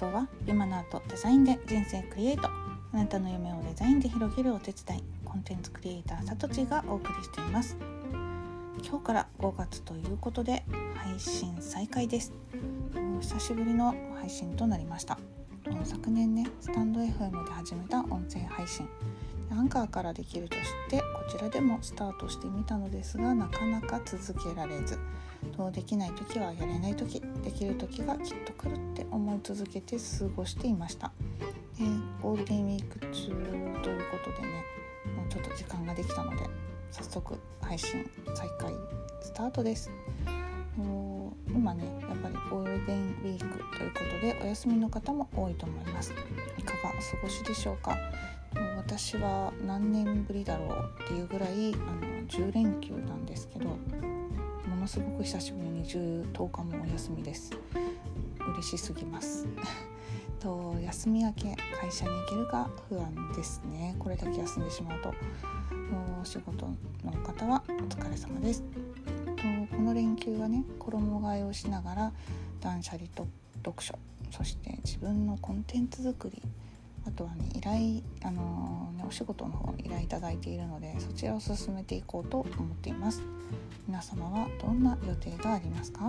送はビマナーとデザインで人生クリエイト、あなたの夢をデザインで広げるお手伝い、コンテンツクリエイターさとちがお送りしています。今日から5月ということで配信再開です。久しぶりの配信となりました。昨年ね、スタンド FM で始めた音声配信、アンカーからできると知ってこちらでもスタートしてみたのですが、なかなか続けられず、できない時はやれない時、できる時がきっと来るって思い続けて過ごしていました。ゴールデンウィーク中ということでね、もうちょっと時間ができたので早速配信再開スタートです。今ね、やっぱりゴールデンウィークということでお休みの方も多いと思います。いかがお過ごしでしょうか。私は何年ぶりだろうっていうぐらい10連休なんですけど、ものすごく久しぶりに10日もお休みです。嬉しすぎます休み明け会社に行けるか不安ですね。これだけ休んでしまうと。お仕事の方はお疲れ様です。この連休はね、衣替えをしながら断捨離と読書、そして自分のコンテンツ作り、あとはね、依頼お仕事の方依頼いただいているので、そちらを進めていこうと思っています。皆様はどんな予定がありますか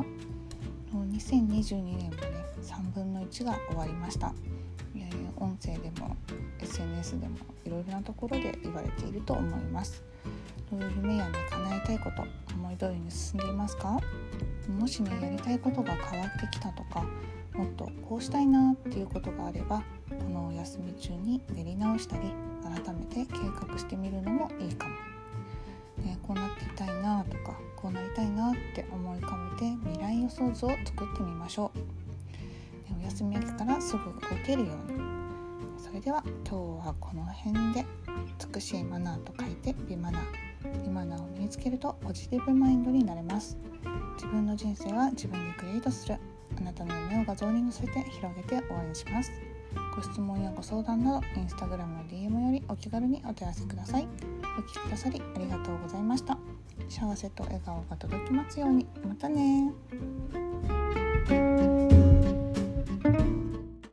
？2022年もね、3分の1が終わりました。音声でも SNS でもいろいろなところで言われていると思います。夢やね、叶えたいこと、思い通りに進んでいますか？もしね、やりたいことが変わってきたとか、もっとこうしたいなっていうことがあれば、このお休み中に練り直したり改めて計画してみるのもいいかも。こうなっていたいなとか、こうなりたいなって思い浮かべて未来予想図を作ってみましょう。お休み明けからすぐ動けるように。それでは今日はこの辺で。美しいマナーと書いて美マナー。美マナーを身につけるとポジティブマインドになれます。自分の人生は自分でクリエイトする。あなたの夢を画像に載せて広げて応援します。ご質問やご相談などインスタグラムの DM よりお気軽にお問い合わせください。お聞きくださりありがとうございました。幸せと笑顔が届きますように。またね。